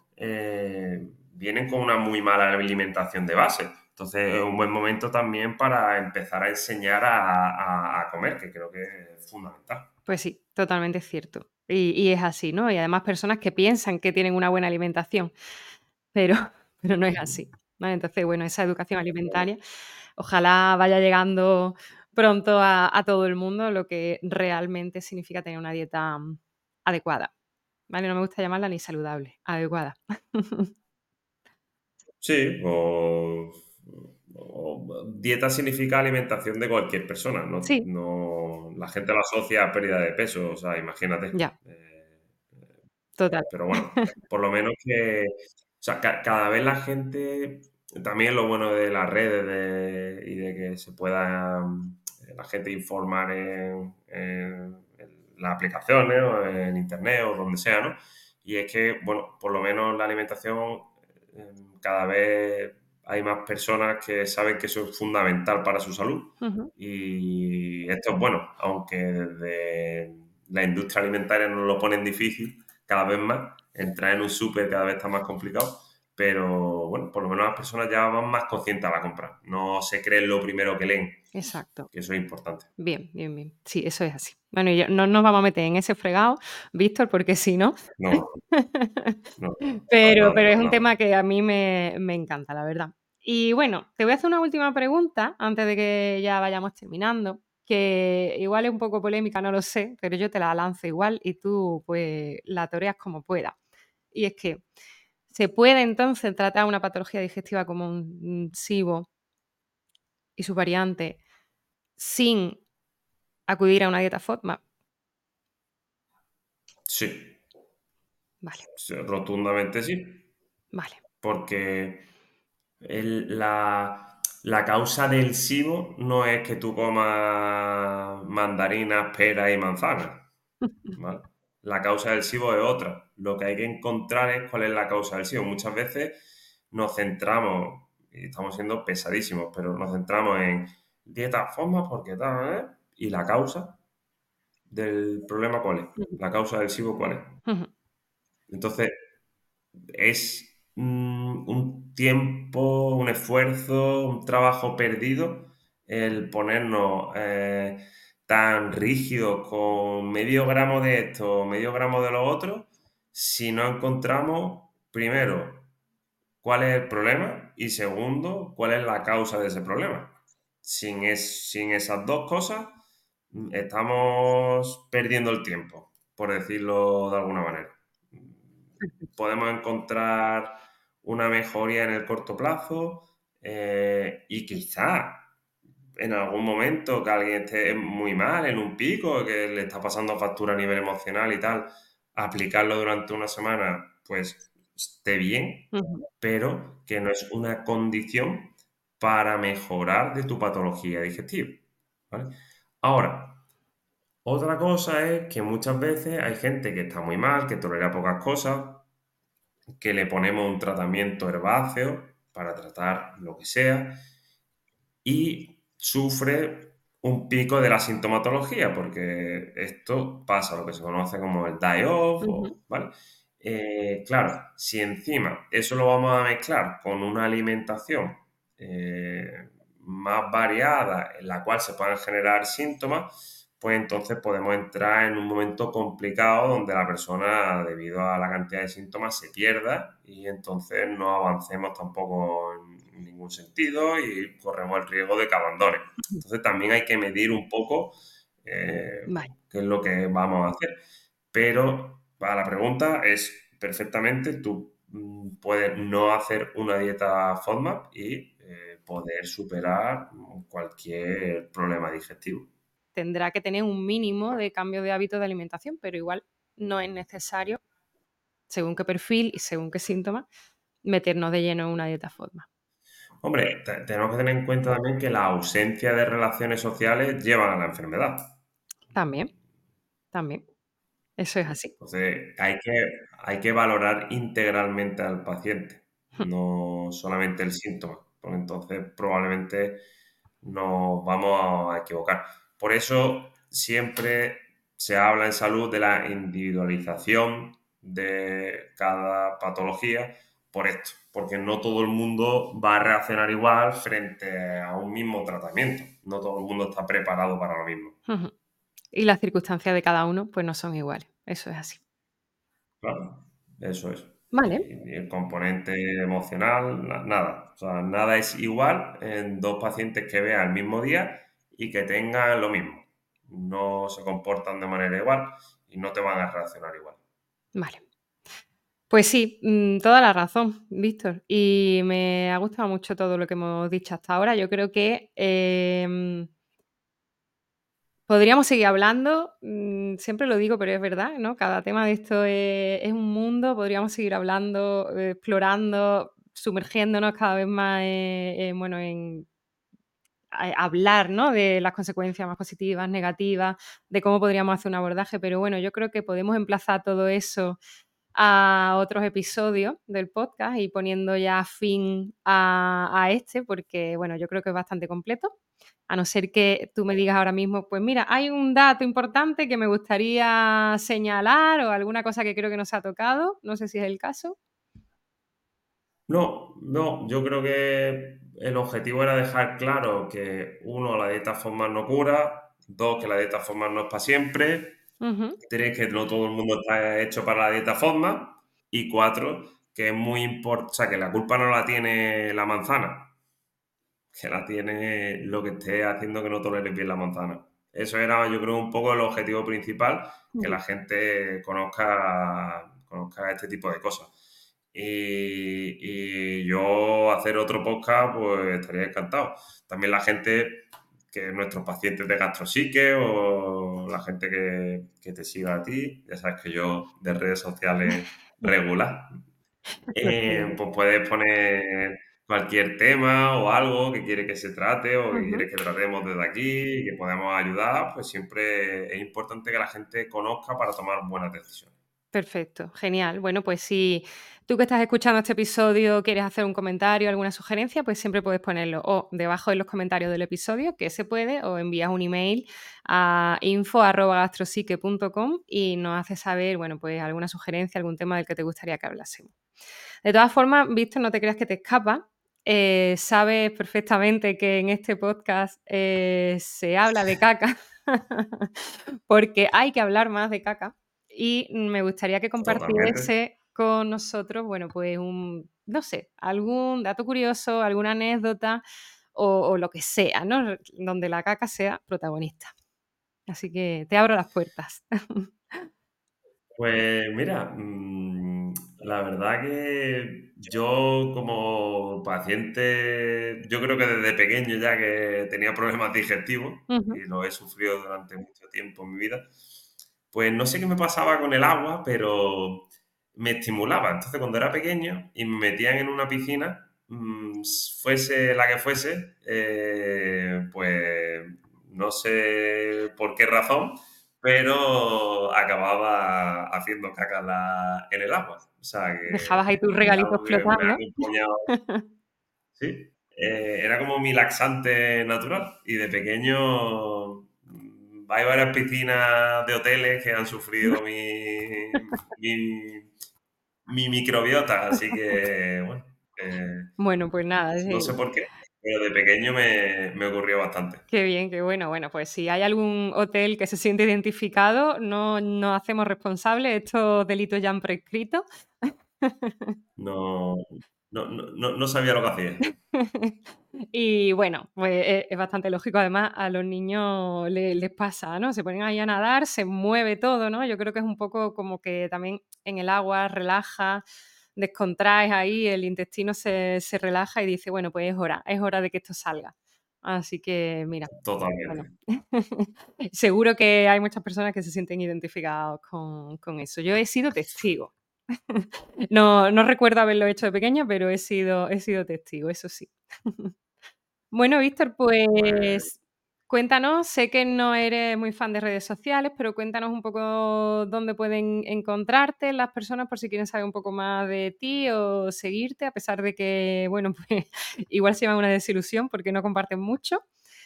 [SPEAKER 2] eh, vienen con una muy mala alimentación de base. Entonces es un buen momento también para empezar a enseñar a, a- a comer, que creo que es fundamental.
[SPEAKER 1] Pues sí, totalmente cierto. Y y es así, ¿no? Y además personas que piensan que tienen una buena alimentación, pero pero no es así, ¿vale? Entonces, bueno, esa educación alimentaria, ojalá vaya llegando pronto a a todo el mundo, lo que realmente significa tener una dieta, mm, adecuada, ¿vale? No me gusta llamarla ni saludable, adecuada.
[SPEAKER 2] Sí, o, o dieta significa alimentación de cualquier persona, no,
[SPEAKER 1] Sí,
[SPEAKER 2] no la gente lo asocia a pérdida de peso, o sea, imagínate.
[SPEAKER 1] ya,
[SPEAKER 2] Eh,
[SPEAKER 1] total.
[SPEAKER 2] pero bueno, por lo menos que, o sea, ca- cada vez la gente, también lo bueno de las redes de- y de que se pueda mm, la gente informar en, en- en las aplicaciones o en internet o donde sea, ¿no? Y es que, bueno, por lo menos la alimentación, eh, cada vez hay más personas que saben que eso es fundamental para su salud.
[SPEAKER 1] Ujú,
[SPEAKER 2] Y esto es bueno, aunque desde la industria alimentaria nos lo ponen difícil cada vez más. Entrar en un súper cada vez está más complicado, pero bueno, por lo menos las personas ya van más conscientes a la compra. No se creen lo primero que leen,
[SPEAKER 1] exacto.
[SPEAKER 2] que eso es importante.
[SPEAKER 1] Bien, bien, bien. Sí, eso es así. Bueno, y ya no nos vamos a meter en ese fregado, Víctor, porque si no.
[SPEAKER 2] No, no, para
[SPEAKER 1] Pero
[SPEAKER 2] nada,
[SPEAKER 1] pero es
[SPEAKER 2] para
[SPEAKER 1] un
[SPEAKER 2] nada.
[SPEAKER 1] tema que a mí me me encanta, la verdad. Y bueno, te voy a hacer una última pregunta antes de que ya vayamos terminando, que igual es un poco polémica, no lo sé, pero yo te la lanzo igual y tú, pues, la toreas como puedas. Y es que, ¿se puede entonces tratar una patología digestiva como un SIBO y sus variantes sin acudir a una dieta FODMAP?
[SPEAKER 2] Sí,
[SPEAKER 1] Vale,
[SPEAKER 2] sí, rotundamente sí,
[SPEAKER 1] vale.
[SPEAKER 2] porque el- la, la causa del SIBO no es que tú comas mandarinas, peras y manzanas, ¿vale? La causa del SIBO es otra. Lo que hay que encontrar es cuál es la causa del SIBO. Muchas veces nos centramos, y estamos siendo pesadísimos, pero nos centramos en dieta forma porque tal, ¿eh? Y la causa del problema, ¿cuál es?
[SPEAKER 1] Ujú,
[SPEAKER 2] La causa del SIBO, ¿cuál es?
[SPEAKER 1] ujú,
[SPEAKER 2] Entonces, es mm, un tiempo, un esfuerzo, un trabajo perdido el ponernos eh, tan rígidos con medio gramo de esto, medio gramo de lo otro, si no encontramos, primero, cuál es el problema y segundo, cuál es la causa de ese problema. Sin, es- sin esas dos cosas, mm, estamos perdiendo el tiempo, por decirlo de alguna manera. Podemos encontrar una mejoría en el corto plazo eh, y quizá en algún momento que alguien esté muy mal, en un pico, que le está pasando factura a nivel emocional y tal, aplicarlo durante una semana, pues esté bien,
[SPEAKER 1] ujú.
[SPEAKER 2] pero que no es una condición para mejorar de tu patología digestiva. ¿Vale? Ahora, otra cosa es que muchas veces hay gente que está muy mal, que tolera pocas cosas, que le ponemos un tratamiento herbáceo para tratar lo que sea y sufre un pico de la sintomatología, porque esto pasa, lo que se conoce como el die-off,
[SPEAKER 1] Ujú,
[SPEAKER 2] o- ¿vale? Eh, claro, si encima eso lo vamos a mezclar con una alimentación eh, más variada en la cual se puedan generar síntomas, pues entonces podemos entrar en un momento complicado donde la persona, debido a la cantidad de síntomas, se pierda y entonces no avancemos tampoco en ningún sentido y corremos el riesgo de que abandone.
[SPEAKER 1] ujú.
[SPEAKER 2] Entonces también hay que medir un poco eh,
[SPEAKER 1] Vale,
[SPEAKER 2] qué es lo que vamos a hacer. Pero para la pregunta es perfectamente, tú mm, puedes no hacer una dieta FODMAP y eh, poder superar cualquier problema digestivo.
[SPEAKER 1] tendrá que tener un mínimo de cambio de hábito de alimentación, pero igual no es necesario, según qué perfil y según qué síntomas, meternos de lleno en una dieta FODMAP.
[SPEAKER 2] Hombre, te- tenemos que tener en cuenta también que la ausencia de relaciones sociales llevan a la enfermedad.
[SPEAKER 1] También, también, eso es así.
[SPEAKER 2] Entonces, hay que, hay que valorar integralmente al paciente, no solamente el síntoma, porque entonces probablemente nos vamos a equivocar. Por eso siempre se habla en salud de la individualización de cada patología por esto, porque no todo el mundo va a reaccionar igual frente a un mismo tratamiento, no todo el mundo está preparado para lo mismo.
[SPEAKER 1] Ujú. Y las circunstancias de cada uno, pues, no son iguales. Eso es así.
[SPEAKER 2] Claro, eso es.
[SPEAKER 1] Vale.
[SPEAKER 2] Y y el componente emocional, na nada. O sea, nada es igual en dos pacientes que veas el mismo día y que tengan lo mismo. No se comportan de manera igual y no te van a reaccionar igual.
[SPEAKER 1] Vale. Pues sí, mm, toda la razón, Víctor. Y me ha gustado mucho todo lo que hemos dicho hasta ahora. Yo creo que, em podríamos seguir hablando, mm, siempre lo digo, pero es verdad, ¿no? Cada tema de esto es es un mundo, podríamos seguir hablando, eh, explorando, sumergiéndonos cada vez más, eh, en, bueno, en a hablar, ¿no? De las consecuencias más positivas, negativas, de cómo podríamos hacer un abordaje, pero bueno, yo creo que podemos emplazar todo eso a otros episodios del podcast y poniendo ya fin a a este, porque, bueno, yo creo que es bastante completo, a no ser que tú me digas ahora mismo: "Pues mira, hay un dato importante que me gustaría señalar", o alguna cosa que creo que no se ha tocado, no sé si es el caso.
[SPEAKER 2] No, no, yo creo que el objetivo era dejar claro que, uno, la dieta FODMAP no cura, dos, que la dieta FODMAP no es para siempre,
[SPEAKER 1] Ujú.
[SPEAKER 2] tres, que no todo el mundo está hecho para la dieta FODMAP, y cuatro, que es muy importante, o sea, que la culpa no la tiene la manzana, que la tiene lo que esté haciendo que no toleres bien la manzana. Eso era, yo creo, un poco el objetivo principal, que
[SPEAKER 1] Ujú.
[SPEAKER 2] la gente conozca, conozca este tipo de cosas. Y, y yo hacer otro podcast, pues estaría encantado. También la gente, que nuestros pacientes de GastroPsique o la gente que, que te siga a ti, ya sabes que yo de redes sociales regular,
[SPEAKER 1] No te
[SPEAKER 2] eh,
[SPEAKER 1] preocupes.
[SPEAKER 2] pues puedes poner cualquier tema o algo que quiere que se trate o que
[SPEAKER 1] Ujú.
[SPEAKER 2] quiere que tratemos desde aquí y que podamos ayudar, pues siempre es importante que la gente conozca para tomar buenas decisiones.
[SPEAKER 1] Perfecto, genial. Bueno, pues si tú que estás escuchando este episodio quieres hacer un comentario, alguna sugerencia, pues siempre puedes ponerlo o debajo en los comentarios del episodio, que se puede, o envías un email a info arroba gastrosique punto com y nos haces saber, bueno, pues alguna sugerencia, algún tema del que te gustaría que hablásemos. De todas formas, Víctor, no te creas que te escapa. Eh, sabes perfectamente que en este podcast eh, se habla de caca, porque hay que hablar más de caca. Y me gustaría que
[SPEAKER 2] Totalmente.
[SPEAKER 1] compartiese con nosotros, bueno, pues un, no sé, algún dato curioso, alguna anécdota o, o lo que sea, ¿no? Donde la caca sea protagonista. Así que te abro las puertas.
[SPEAKER 2] Pues mira, mm, la verdad que yo como paciente, yo creo que desde pequeño ya que tenía problemas digestivos y
[SPEAKER 1] Ujú.
[SPEAKER 2] lo he sufrido durante mucho tiempo en mi vida, pues no sé qué me pasaba con el agua, pero me estimulaba. Entonces cuando era pequeño y me metían en una piscina, mm, fuese la que fuese, eh, pues no sé por qué razón, pero acababa haciendo caca en la- en el agua. O sea, que
[SPEAKER 1] Dejabas ahí tus
[SPEAKER 2] es
[SPEAKER 1] regalitos
[SPEAKER 2] algo que me ha
[SPEAKER 1] flotando.
[SPEAKER 2] acompañado, sí. Eh, era como mi laxante natural. Y de pequeño mm, hay varias piscinas de hoteles que han sufrido mi, mi, mi microbiota. Así que, bueno, eh,
[SPEAKER 1] Bueno, pues nada,
[SPEAKER 2] no
[SPEAKER 1] sí.
[SPEAKER 2] sé por qué, pero de pequeño me, me ocurrió bastante.
[SPEAKER 1] Qué bien, qué bueno. Bueno, pues si hay algún hotel que se siente identificado, no nos hacemos responsables, estos delitos ya han prescrito.
[SPEAKER 2] No, no, no, no no sabía lo que hacía.
[SPEAKER 1] Y bueno, pues e es bastante lógico, además a los niños le les pasa, ¿no? Se ponen ahí a nadar, se mueve todo, ¿no? Yo creo que es un poco como que también en el agua relaja, descontraes ahí, el intestino se se relaja y dice: "Bueno, pues es hora, es hora de que esto salga". Así que mira, bueno,
[SPEAKER 2] Totalmente.
[SPEAKER 1] seguro que hay muchas personas que se sienten identificados con con eso. Yo he sido testigo. No no recuerdo haberlo hecho de pequeña, pero he sido he sido testigo, eso sí. Bueno, Víctor,
[SPEAKER 2] Pues
[SPEAKER 1] pues cuéntanos, sé que no eres muy fan de redes sociales, pero cuéntanos un poco dónde pueden encontrarte las personas por si quieren saber un poco más de ti o seguirte, a pesar de que, bueno, pues igual se llevan una desilusión porque no comparten mucho.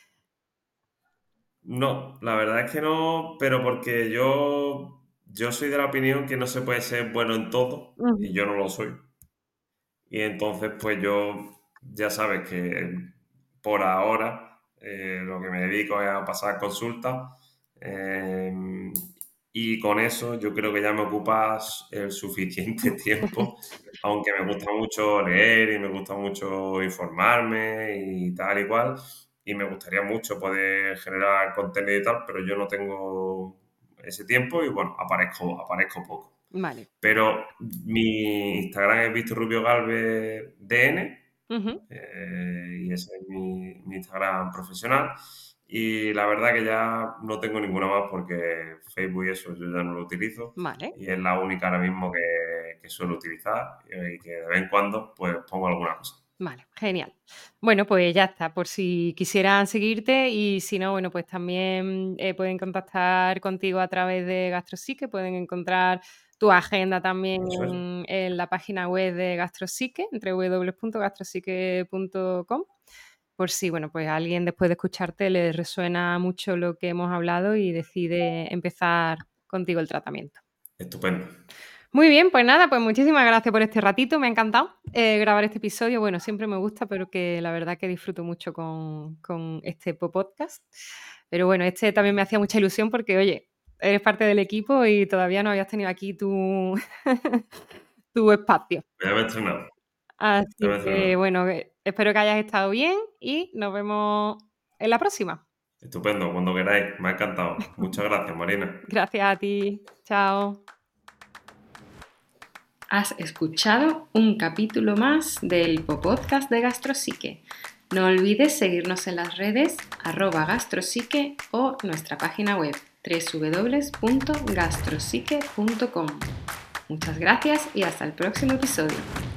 [SPEAKER 2] no, la verdad es que no, pero porque yo, yo soy de la opinión que no se puede ser bueno en todo
[SPEAKER 1] Ujú.
[SPEAKER 2] y yo no lo soy. Y entonces, pues yo, ya sabes que por ahora eh, lo que me dedico es a pasar consultas. Eh, y con eso yo creo que ya me ocupas el suficiente tiempo, aunque me gusta mucho leer y me gusta mucho informarme y tal y cual, y me gustaría mucho poder generar contenido y tal, pero yo no tengo ese tiempo y bueno, aparezco, aparezco poco.
[SPEAKER 1] Vale.
[SPEAKER 2] Pero mi Instagram es Víctor Rubio Galvez D N,
[SPEAKER 1] Ujú.
[SPEAKER 2] eh, y ese es mi, mi Instagram profesional. Y la verdad que ya no tengo ninguna más porque Facebook y eso yo ya no lo utilizo
[SPEAKER 1] Vale.
[SPEAKER 2] y es la única ahora mismo que, que suelo utilizar y que de vez en cuando pues pongo alguna cosa.
[SPEAKER 1] Vale, genial. Bueno, pues ya está, por si quisieran seguirte y si no, bueno, pues también eh, pueden contactar contigo a través de GastroPsique, pueden encontrar tu agenda también
[SPEAKER 2] Eso es.
[SPEAKER 1] en, en la página web de GastroPsique, entre w w w punto gastropsique punto com, por si, bueno, pues a alguien después de escucharte le resuena mucho lo que hemos hablado y decide empezar contigo el tratamiento.
[SPEAKER 2] Estupendo.
[SPEAKER 1] Muy bien, pues nada, pues muchísimas gracias por este ratito, me ha encantado eh, grabar este episodio. Bueno, siempre me gusta, pero que la verdad que disfruto mucho con, con este po- podcast. Pero bueno, este también me hacía mucha ilusión porque, oye, eres parte del equipo y todavía no habías tenido aquí tu, tu espacio.
[SPEAKER 2] Ya me he estrenado. Ya me
[SPEAKER 1] Así
[SPEAKER 2] he
[SPEAKER 1] que,
[SPEAKER 2] estrenado.
[SPEAKER 1] bueno, eh, espero que hayas estado bien y nos vemos en la próxima.
[SPEAKER 2] Estupendo, cuando queráis. Me ha encantado. Muchas gracias, Marina.
[SPEAKER 1] Gracias a ti. Chao. Has escuchado un capítulo más del podcast de GastroPsique. No olvides seguirnos en las redes arroba gastrosique o nuestra página web w w w punto gastrosique punto com. Muchas gracias y hasta el próximo episodio.